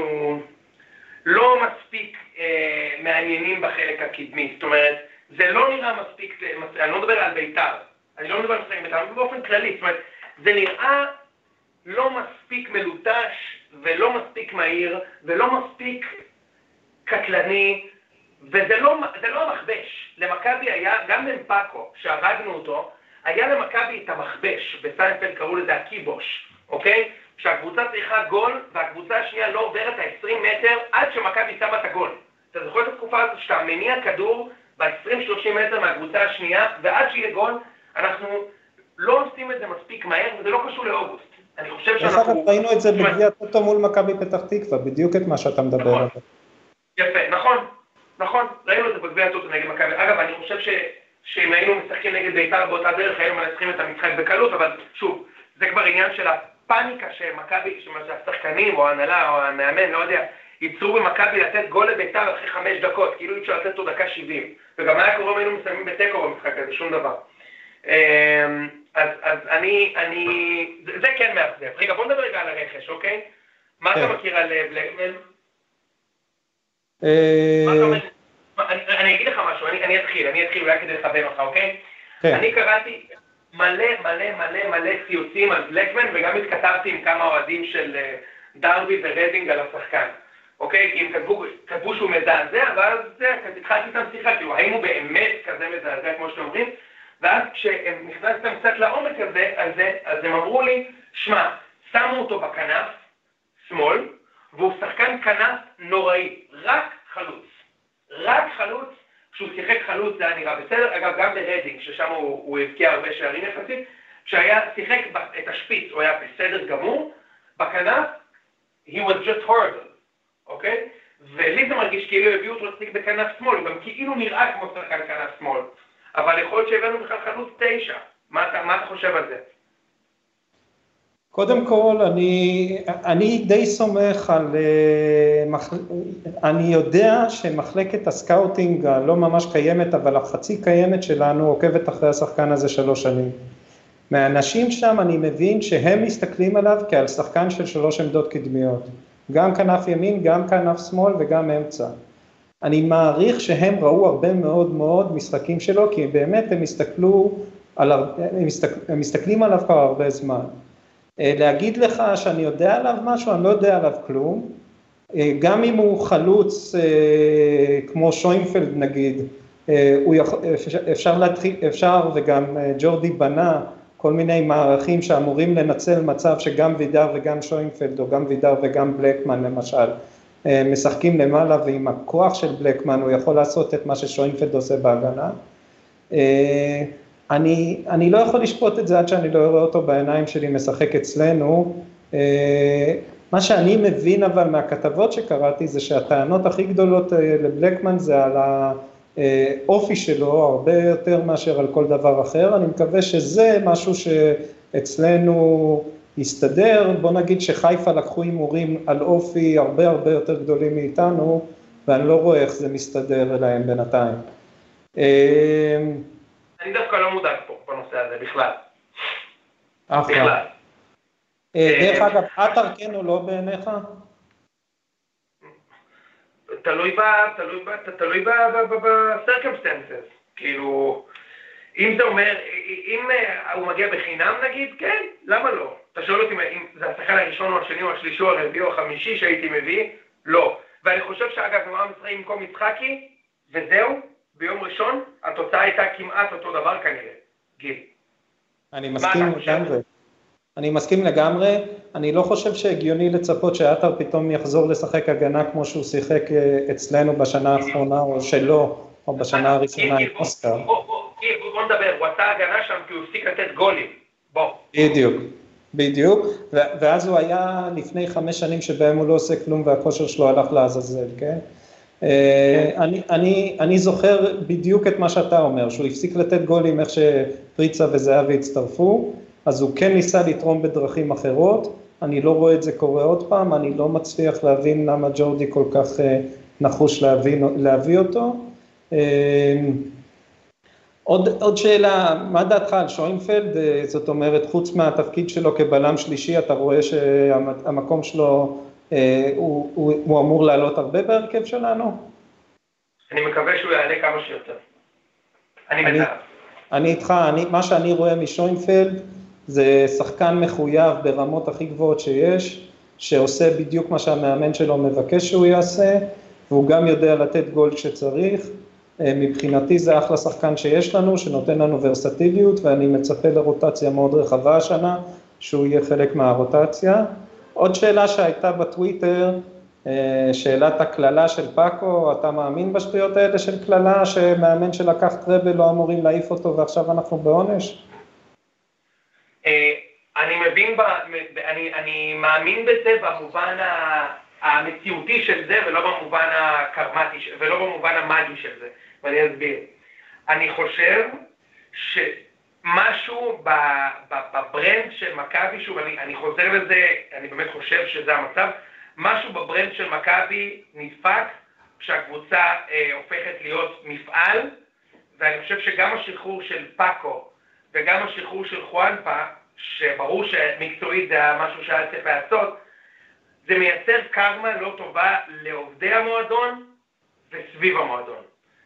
לא מספיק אה, מעניינים בחלק הקדמי, זאת אומרת, זה לא נראה מספיק, אני לא מדבר על ביתר, אני לא מדבר על משחק ביתר, אבל באופן כללי, זאת אומרת, זה נראה לא מספיק מלוטש, ולא מספיק מהיר, ולא מספיק קטלני, וזה לא, זה לא המכבש. למכבי היה, גם במפאקו, שהרגנו אותו, היה למכבי את המכבש, בסיינפלד קראו לזה הקיבוש, אוקיי? שהקבוצה צריכה גול, והקבוצה השנייה לא עוברת ה-עשרים מטר, עד שמכבי שמה את הגול. אתה זוכר את התקופה הזאת שאתה מניע כדור ב-עשרים שלושים מטר מהקבוצה השנייה, ועד שיהיה גול, אנחנו לא עושים את זה מספיק מהר, וזה לא קשור לאוגוסט. אני חושב שאנחנו... ראינו את זה בגביע הטוטו מול מכבי פתח תקווה, בדיוק את מה שאתה מדבר עליו. יפה, נכון, נכון, ראינו את זה בגביע הטוטו נגד מכבי. אגב, אני חושב ש... שאם היינו משחקים נגד בית"ר באותה דרך, היינו מנצחים את המשחק בקלות, אבל שוב, זה כבר עניין של הפאניקה שמכבי, שהשחקנים או ההנהלה או המאמן, לא יודע, ייצרו במכבי לתת גול לבית"ר אחרי חמש דקות, כאילו אפשר לתת אותו דקה שבעים. וגם היה קורה היינו מסיימים בתיקו במשחק הזה, שום דבר. אז, אז אני, אני, זה, זה כן מאכזב. רגע, בוא נדבר רגע על הרכש, אוקיי? מה אתה מכיר על בלקמן? מה אתה אומר? אני אני אגיד לך משהו, אני, אני אתחיל, אני אתחיל אולי כדי לכוון אותך, אוקיי? כן. אני קראתי מלא מלא מלא מלא ציוצים על בלקמן, וגם התכתבתי עם כמה אוהדים של דרבי ורדינג על השחקן, אוקיי? כי הם כתבו, כתבו שהוא מזעזע, ואז התחלתי איתם שיחה, כאילו, האם הוא באמת כזה מזעזע, כמו שאתם אומרים? ואז כשהם נכנסתם קצת לעומק הזה, הזה, אז הם אמרו לי, שמע, שמו אותו בכנף, שמאל, והוא שחקן כנף נוראי, רק חלוץ. רק חלוץ, כשהוא שיחק חלוץ זה היה נראה בסדר, אגב גם ברדינג, ששם הוא, הוא הבקיע הרבה שערים יחסית, כשהיה שיחק את השפיץ, הוא היה בסדר גמור, בכנף, he was just horrible, אוקיי? ולי זה מרגיש כאילו הביאו אותו לשחק בכנף שמאל, הוא גם כאילו נראה כמו שחקן כנף שמאל, אבל יכול להיות שהבאנו בכלל חלוץ תשע, מה אתה, מה אתה חושב על זה? קודם כל, אני, אני די סומך על, אני יודע שמחלקת הסקאוטינג הלא ממש קיימת, אבל החצי קיימת שלנו עוקבת אחרי השחקן הזה שלוש שנים. מהאנשים שם אני מבין שהם מסתכלים עליו כעל שחקן של שלוש עמדות קדמיות. גם כנף ימין, גם כנף שמאל וגם אמצע. אני מעריך שהם ראו הרבה מאוד מאוד משחקים שלו, כי באמת הם הסתכלו על, הם, מסתכל, הם מסתכלים עליו כבר הרבה זמן. להגיד לך שאני יודע עליו משהו, אני לא יודע עליו כלום, גם אם הוא חלוץ כמו שוינפלד נגיד, הוא יכול, אפשר להתחיל, אפשר וגם ג'ורדי בנה כל מיני מערכים שאמורים לנצל מצב שגם וידר וגם שוינפלד או גם וידר וגם בלקמן למשל, משחקים למעלה ועם הכוח של בלקמן הוא יכול לעשות את מה ששוינפלד עושה בהגנה, אני, אני לא יכול לשפוט את זה עד שאני לא אראה אותו בעיניים שלי משחק אצלנו. מה שאני מבין אבל מהכתבות שקראתי זה שהטענות הכי גדולות לבלקמן זה על האופי שלו, הרבה יותר מאשר על כל דבר אחר. אני מקווה שזה משהו שאצלנו יסתדר. בוא נגיד שחיפה לקחו הימורים על אופי הרבה הרבה יותר גדולים מאיתנו, ואני לא רואה איך זה מסתדר אליהם בינתיים. אני דווקא לא מודאג פה בנושא הזה בכלל. בכלל. דרך אגב, עטר כן או לא בעיניך? תלוי ב... תלוי ב... תלוי בסרקמסטנסס. כאילו, אם זה אומר, אם הוא מגיע בחינם נגיד, כן, למה לא? אתה שואל אותי אם זה השחקן הראשון או השני או השלישי או הרביעי או החמישי שהייתי מביא? לא. ואני חושב שאגב, נאמר משחק במקום משחקי, וזהו, ביום ראשון, התוצאה הייתה כמעט אותו דבר כנראה, גיל. אני מסכים לגמרי. אני מסכים לגמרי. אני לא חושב שהגיוני לצפות שעטר פתאום יחזור לשחק הגנה כמו שהוא שיחק אצלנו בשנה האחרונה, או שלא, או בשנה הראשונה עם אוסקר. בוא נדבר, הוא עשה הגנה שם כי הוא הפסיק לתת גולים. בוא. בדיוק, בדיוק. ואז הוא היה לפני חמש שנים שבהם הוא לא עושה כלום והכושר שלו הלך לעזאזל, כן? אני, אני, אני זוכר בדיוק את מה שאתה אומר, שהוא הפסיק לתת גולים איך שפריצה וזהבי הצטרפו, אז הוא כן ניסה לתרום בדרכים אחרות, אני לא רואה את זה קורה עוד פעם, אני לא מצליח להבין למה ג'ורדי כל כך נחוש להביא, להביא אותו. עוד, עוד שאלה, מה דעתך על שוינפלד? זאת אומרת, חוץ מהתפקיד שלו כבלם שלישי, אתה רואה שהמקום שלו הוא, הוא, הוא אמור לעלות הרבה בהרכב שלנו? אני מקווה שהוא יעלה כמה שיותר. אני אני, מצטער. אני איתך, אני, מה שאני רואה משוינפלד זה שחקן מחויב ברמות הכי גבוהות שיש, שעושה בדיוק מה שהמאמן שלו מבקש שהוא יעשה, והוא גם יודע לתת גול כשצריך. מבחינתי זה אחלה שחקן שיש לנו, שנותן לנו ורסטיליות, ואני מצפה לרוטציה מאוד רחבה השנה, שהוא יהיה חלק מהרוטציה. עוד שאלה שהייתה בטוויטר, שאלת הכללה של פאקו, אתה מאמין בשטויות האלה של כללה, שמאמן שלקח טראבל לא אמורים להעיף אותו ועכשיו אנחנו בעונש? אני מבין, אני, אני מאמין בזה במובן המציאותי של זה, ולא במובן הקרמטי, ולא במובן המאגי של זה, ואני אסביר. אני חושב שמשהו בברנד של מכבי, שוב, אני, אני חוזר לזה, אני באמת חושב שזה המצב, משהו בברנד של מכבי נדפק, כשהקבוצה אה, הופכת להיות מפעל, ואני חושב שגם השחרור של פאקו, וגם השחרור של חואנפה, שברור שמקצועית זה משהו שהיה צריך לעשות, זה מייצר קרמה לא טובה לעובדי המועדון וסביב המועדון.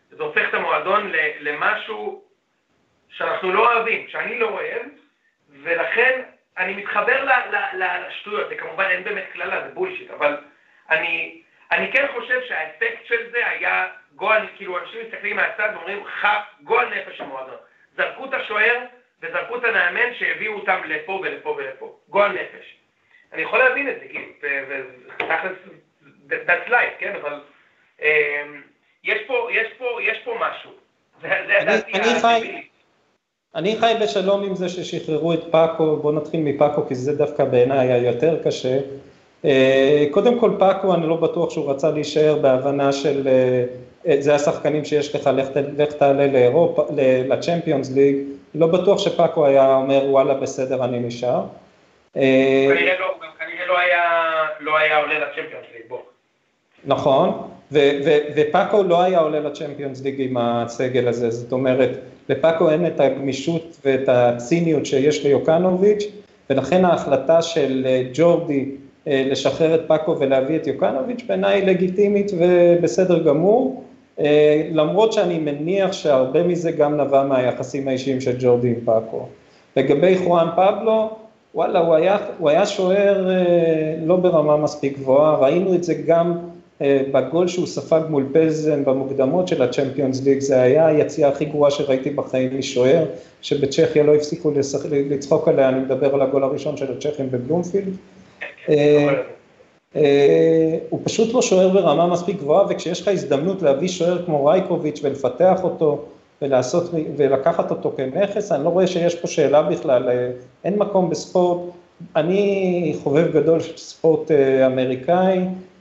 זה הופך את המועדון למשהו שאנחנו לא אוהבים, שאני לא אוהב, ולכן אני מתחבר לשטויות, זה כמובן אין באמת כללה, זה בולשיט, אבל אני, אני כן חושב שהאפקט של זה היה גועל, כאילו אנשים מסתכלים מהצד ואומרים, גועל נפש המועדון. זרקו את השוער וזרקו את הנאמן שהביאו אותם לפה ולפה ולפה. גועל נפש. אני יכול להבין את זה, ותכלס, that's life, כן? אבל יש פה, יש פה, יש פה משהו. אני חי... אני חי בשלום עם זה ששחררו את פאקו, בואו נתחיל מפאקו כי זה דווקא בעיניי היה יותר קשה. קודם כל פאקו אני לא בטוח שהוא רצה להישאר בהבנה של, זה השחקנים שיש לך, לך תעלה לאירופה, לצ'מפיונס ליג, לא בטוח שפאקו היה אומר וואלה בסדר אני נשאר. כנראה לא היה עולה לצ'מפיונס ליג, בוא. נכון, ופאקו לא היה עולה לצ'מפיונס ליג עם הסגל הזה, זאת אומרת, לפאקו אין את הגמישות ואת הציניות שיש ליוקנוביץ', ולכן ההחלטה של ג'ורדי לשחרר את פאקו ולהביא את יוקנוביץ' בעיניי לגיטימית ובסדר גמור, למרות שאני מניח שהרבה מזה גם נבע מהיחסים האישיים של ג'ורדי עם פאקו. לגבי חואן פבלו, וואלה, הוא היה, הוא היה שוער לא ברמה מספיק גבוהה, ראינו את זה גם בגול שהוא ספג מול פזן במוקדמות של הצ'מפיונס ליג, זה היה היציאה הכי גרועה שראיתי בחיים משוער, שבצ'כיה לא הפסיקו לצחוק עליה, אני מדבר על הגול הראשון של הצ'כים בבלומפילד. הוא פשוט לא שוער ברמה מספיק גבוהה, וכשיש לך הזדמנות להביא שוער כמו רייקוביץ' ולפתח אותו, ולעשות, ולקחת אותו כנכס, אני לא רואה שיש פה שאלה בכלל, אין מקום בספורט, אני חובב גדול של ספורט אמריקאי,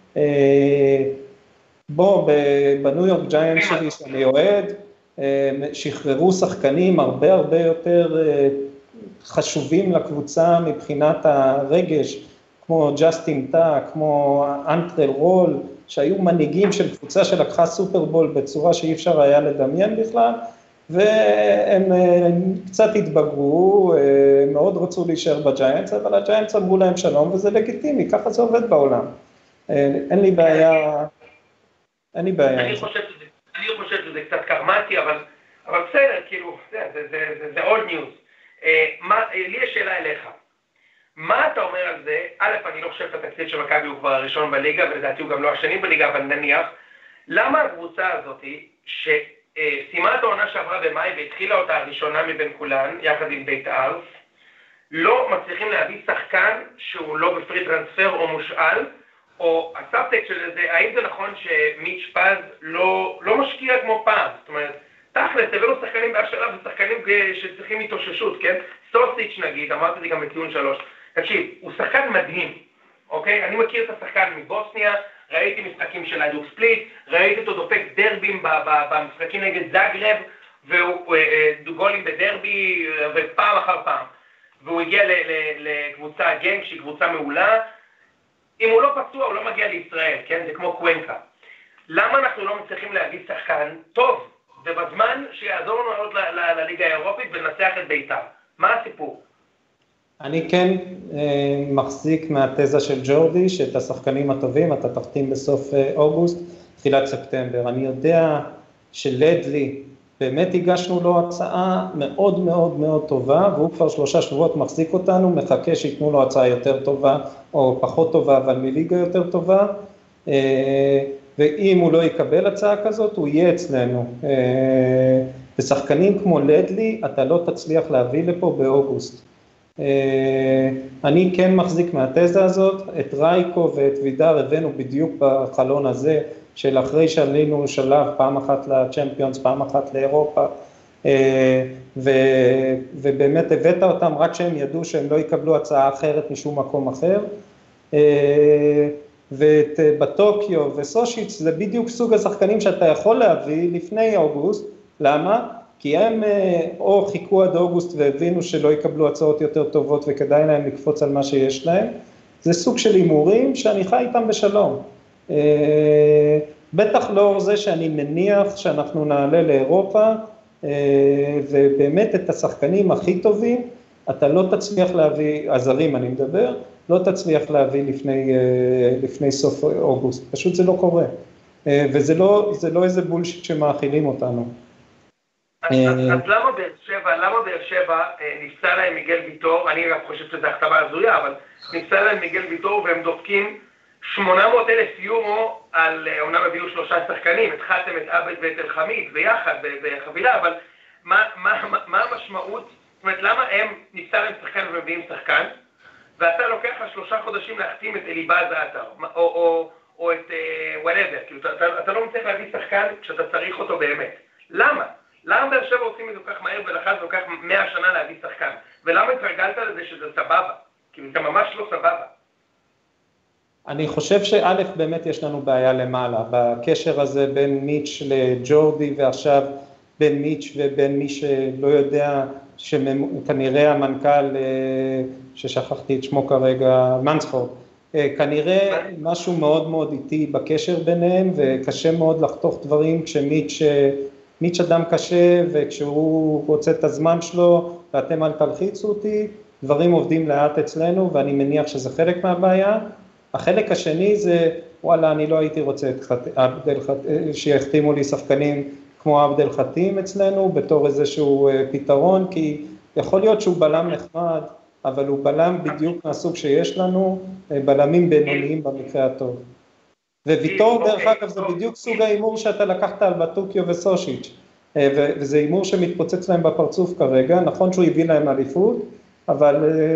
בוא, בניו יורק ג'יינט שלי שאני אוהד, שחררו שחקנים הרבה הרבה יותר חשובים לקבוצה מבחינת הרגש, כמו ג'סטין טה, כמו אנטרל רול, שהיו מנהיגים של קבוצה שלקחה סופרבול בצורה שאי אפשר היה לדמיין בכלל, והם קצת התבגרו, מאוד רצו להישאר בג'יינטס, אבל הג'יינטס אמרו להם שלום, וזה לגיטימי, ככה זה עובד בעולם. אין לי בעיה, אין לי בעיה. אני חושב שזה, אני חושב שזה קצת קרמטי, אבל, אבל בסדר, כאילו, זה, זה, זה, זה, זה old news. מה, לי יש שאלה אליך. מה אתה אומר על זה? א', אני לא חושב שהתקציב של מכבי הוא כבר הראשון בליגה, ולדעתי הוא גם לא השני בליגה, אבל נניח, למה הקבוצה הזאת, שסיימה את העונה שעברה במאי והתחילה אותה הראשונה מבין כולן, יחד עם בית אר, לא מצליחים להביא שחקן שהוא לא בפרי טרנספר או מושאל, או הסאבטקסט של זה, האם זה נכון שמיץ' פז לא, לא משקיע כמו פעם? זאת אומרת, תכל'ס, הבאנו שחקנים בהשאלה ושחקנים שצריכים התאוששות, כן? סוסיץ' נגיד, אמרתי את זה גם בטיעון שלוש. תקשיב, הוא שחקן מדהים, אוקיי? אני מכיר את השחקן מבוסניה, ראיתי משחקים של איידוק ספליט, ראיתי אותו דופק דרבים במשחקים נגד זאגרב, והוא גולים בדרבי ופעם אחר פעם. והוא הגיע לקבוצה גנג, שהיא קבוצה מעולה, אם הוא לא פצוע, הוא לא מגיע לישראל, כן? זה כמו קוונקה. למה אנחנו לא מצליחים להביא שחקן טוב, ובזמן שיעזור לנו לעלות לליגה האירופית ולנצח את בית"ר? מה הסיפור? אני כן אה, מחזיק מהתזה של ג'ורדי, שאת השחקנים הטובים, אתה תחתים בסוף אה, אוגוסט, תחילת ספטמבר. אני יודע שלדלי, באמת הגשנו לו הצעה מאוד מאוד מאוד טובה, והוא כבר שלושה שבועות מחזיק אותנו, מחכה שיתנו לו הצעה יותר טובה, או פחות טובה, אבל מליגה יותר טובה, ואם הוא לא יקבל הצעה כזאת, הוא יהיה אצלנו. ושחקנים כמו לדלי, אתה לא תצליח להביא לפה באוגוסט. אני כן מחזיק מהתזה הזאת, את רייקו ואת וידר הבאנו בדיוק בחלון הזה, של אחרי שעלינו שלב פעם אחת לצ'מפיונס, פעם אחת לאירופה, ו, ובאמת הבאת אותם רק שהם ידעו שהם לא יקבלו הצעה אחרת משום מקום אחר, ובטוקיו וסושיץ זה בדיוק סוג השחקנים שאתה יכול להביא לפני אוגוסט, למה? כי הם או חיכו עד אוגוסט והבינו שלא יקבלו הצעות יותר טובות וכדאי להם לקפוץ על מה שיש להם, זה סוג של הימורים שאני חי איתם בשלום. בטח לא זה שאני מניח שאנחנו נעלה לאירופה, ובאמת את השחקנים הכי טובים, אתה לא תצליח להביא, הזרים אני מדבר, לא תצליח להביא לפני, לפני סוף אוגוסט, פשוט זה לא קורה. וזה לא, זה לא איזה בולשיט שמאכילים אותנו. אז למה באר שבע, למה באר שבע נפסה להם מיגל ויטור, אני גם חושב שזו הכתבה הזויה, אבל נפסה להם מיגל ויטור והם דופקים שמונה מאות אלף יורו על, אומנם הביאו שלושה שחקנים, התחלתם את עבד ואת אל חמיד ביחד בחבילה, אבל מה, מה, מה המשמעות, זאת אומרת, למה הם נפסה להם שחקן ומביאים שחקן, ואתה לוקח לך שלושה חודשים להחתים את אליבאז עטר, או, או, או את whatever, כאילו, אתה, אתה לא מצליח להביא שחקן כשאתה צריך אותו באמת. למה? למה באר שבע עושים את זה כל כך מהר ולכן זה לוקח מאה שנה להביא שחקן? ולמה התרגלת לזה שזה סבבה? כאילו, זה ממש לא סבבה. אני חושב שא' באמת יש לנו בעיה למעלה, בקשר הזה בין מיץ' לג'ורדי ועכשיו בין מיץ' ובין מי שלא יודע, שכנראה המנכ"ל, ששכחתי את שמו כרגע, מנספורד, כנראה משהו מאוד מאוד איטי בקשר ביניהם, וקשה מאוד לחתוך דברים כשמיץ' מיץ' אדם קשה, וכשהוא רוצה את הזמן שלו, ואתם אל תלחיצו אותי, דברים עובדים לאט אצלנו, ואני מניח שזה חלק מהבעיה. החלק השני זה, וואלה, אני לא הייתי רוצה שיחתימו לי שחקנים כמו עבד אל חכים אצלנו, בתור איזשהו פתרון, כי יכול להיות שהוא בלם נחמד, אבל הוא בלם בדיוק מהסוג שיש לנו, בלמים בינוניים במקרה הטוב. וויטור דרך אגב זה בדיוק סוג האימור שאתה לקחת על בטוקיו וסושיץ', וזה אימור שמתפוצץ להם בפרצוף כרגע, נכון שהוא הביא להם אליפות, אבל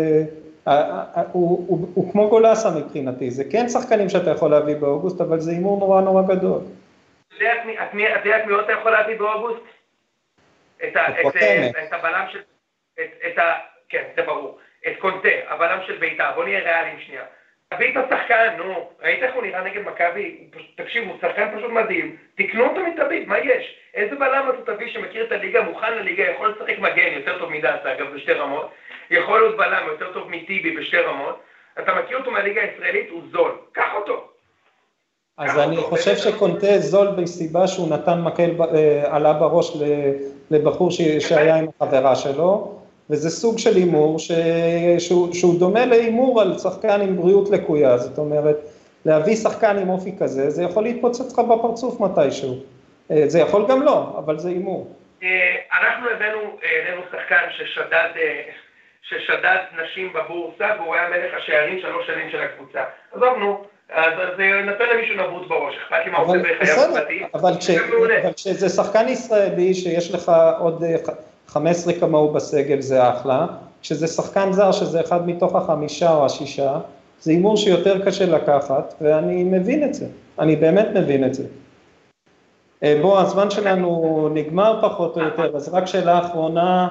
הוא כמו גולסה מבחינתי, זה כן שחקנים שאתה יכול להביא באוגוסט, אבל זה אימור נורא נורא גדול. את יודעת מי אתה יכול להביא באוגוסט? את הבלם של, כן זה ברור, את קונטה, הבלם של בית"ר, בוא נהיה ריאליים שנייה. תביא את השחקן, נו, ראית איך הוא נראה נגד מכבי? תקשיבו, הוא שחקן פשוט מדהים, תקנו אותו מתביב, מה יש? איזה בלם אתה תביא שמכיר את הליגה, מוכן לליגה, יכול לשחק מגן יותר טוב מדסה, אגב, בשתי רמות, יכול להיות בלם יותר טוב מטיבי בשתי רמות, אתה מכיר אותו מהליגה הישראלית, הוא זול, קח אותו. אז אני חושב שקונטה זול בסיבה שהוא נתן מקל, עלה בראש לבחור שהיה עם החברה שלו, וזה סוג של אימור ש... שהוא, שהוא דומה לאימור על שחקן עם בריאות לקויה, זאת אומרת, להביא שחקן עם אופי כזה, זה יכול להתפוצץ לך בפרצוף מתישהו, זה יכול גם לא, אבל זה אימור. אנחנו הבאנו, הבאנו שחקן ששדד, ששדד נשים בבורסה, והוא היה מלך השערים שלוש שנים של הקבוצה. עזובנו, אז זה נתן למישהו נבוט בראש, אכפת לי מה עושה בחייו פרטיים. אבל כשזה שחקן ישראלי שיש לך עוד חמש עשרה כמוהו בסגל זה אחלה, כשזה שחקן זר שזה אחד מתוך החמישה או השישה, זה אימור שיותר קשה לקחת, ואני מבין את זה, אני באמת מבין את זה. בוא, הזמן שלנו נגמר פחות או יותר, אז רק שאלה אחרונה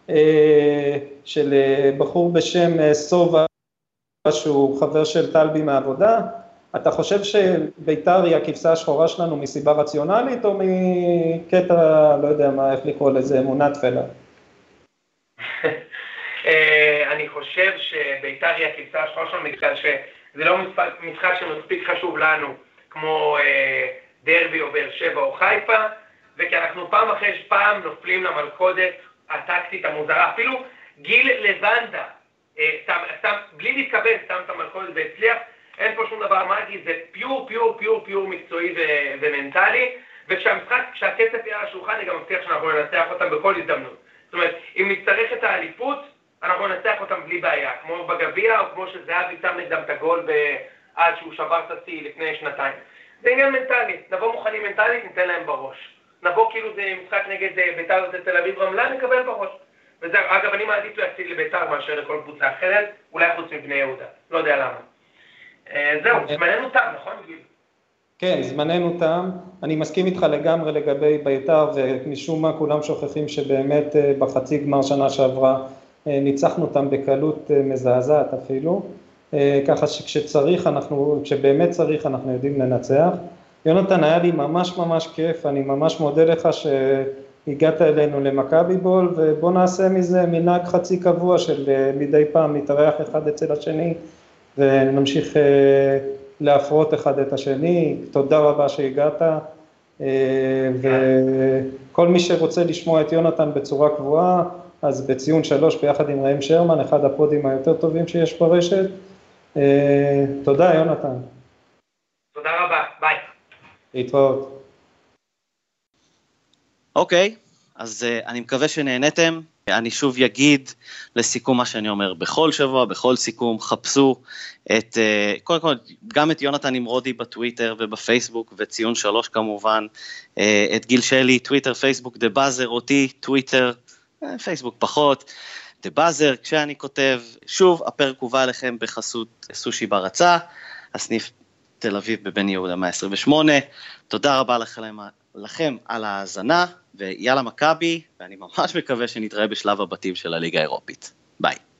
של בחור בשם סובה, שהוא חבר של טלבי מהעבודה, אתה חושב שבית"ר היא הכבשה השחורה שלנו מסיבה רציונלית, או מקטע, לא יודע מה, איך לקרוא לזה, אמונה תפלה? אני חושב שבית"ר היא הכבשה השחורה שלנו, בגלל שזה לא משחק שמספיק חשוב לנו, כמו דרבי או באר שבע או חיפה, וכי אנחנו פעם אחרי פעם נופלים למלכודת הטקטית המוזרה, אפילו גיל לבנדה, בלי להתכוון, שם את המלכודת והצליח, אין פה שום דבר מגי, זה פיור, פיור, פיור, פיור מקצועי ומנטלי, וכשהמשחק, כשהכסף יהיה על השולחן, אני גם מבטיח שאנחנו ננצח אותם בכל הזדמנות. זאת אומרת, אם נצטרך את האליפות, אנחנו ננצח אותם בלי בעיה, כמו בגביע, או כמו שזהבי שם נגדם את הגול עד שהוא שבר את השיא לפני שנתיים. זה עניין מנטלי, נבוא מוכנים מנטלית, ניתן להם בראש. נבוא כאילו זה משחק נגד בית"ר תל אביב רמלה, נקבל בראש. וזה, אגב, אני מעדיף להפסיד לבית"ר מאשר לכל קבוצה אחרת, אולי חוץ מבני יהודה, לא יודע למה. זהו, זמננו תם, נכון גיל? כן, זמננו תם, אני מסכים איתך לגמרי לגבי בית"ר, ומשום מה כולם שוכחים שבאמת בחצי גמר שנה שעברה ניצחנו אותם בקלות מזעזעת אפילו, ככה שכשצריך אנחנו, כשבאמת צריך אנחנו יודעים לנצח. יונתן, היה לי ממש ממש כיף, אני ממש מודה לך שהגעת אלינו למכבי בול, ובוא נעשה מזה מנהג חצי קבוע של מדי פעם נתארח אחד אצל השני, ונמשיך להפרות אחד את השני. תודה רבה שהגעת, וכל מי שרוצה לשמוע את יונתן בצורה קבועה, אז בציון שלוש ביחד עם ראם שרמן, אחד הפודים היותר טובים שיש ברשת. תודה יונתן. תודה רבה, ביי. להתראות. אוקיי, אז uh, אני מקווה שנהנתם. אני שוב יגיד לסיכום מה שאני אומר בכל שבוע, בכל סיכום, חפשו את, uh, קודם כל, גם את יונתן נמרודי בטוויטר ובפייסבוק, וציון שלוש כמובן, uh, את גיל שלי, טוויטר, פייסבוק, דה באזר, אותי, טוויטר, uh, פייסבוק פחות, דה באזר, כשאני כותב, שוב, הפרק הובא אליכם בחסות סושי ברצה, הסניף תל אביב בבן יהודה מאה עשרים ושמונה, תודה רבה לכם, לכם על ההאזנה, ויאללה מכבי, ואני ממש מקווה שנתראה בשלב הבתים של הליגה האירופית. ביי.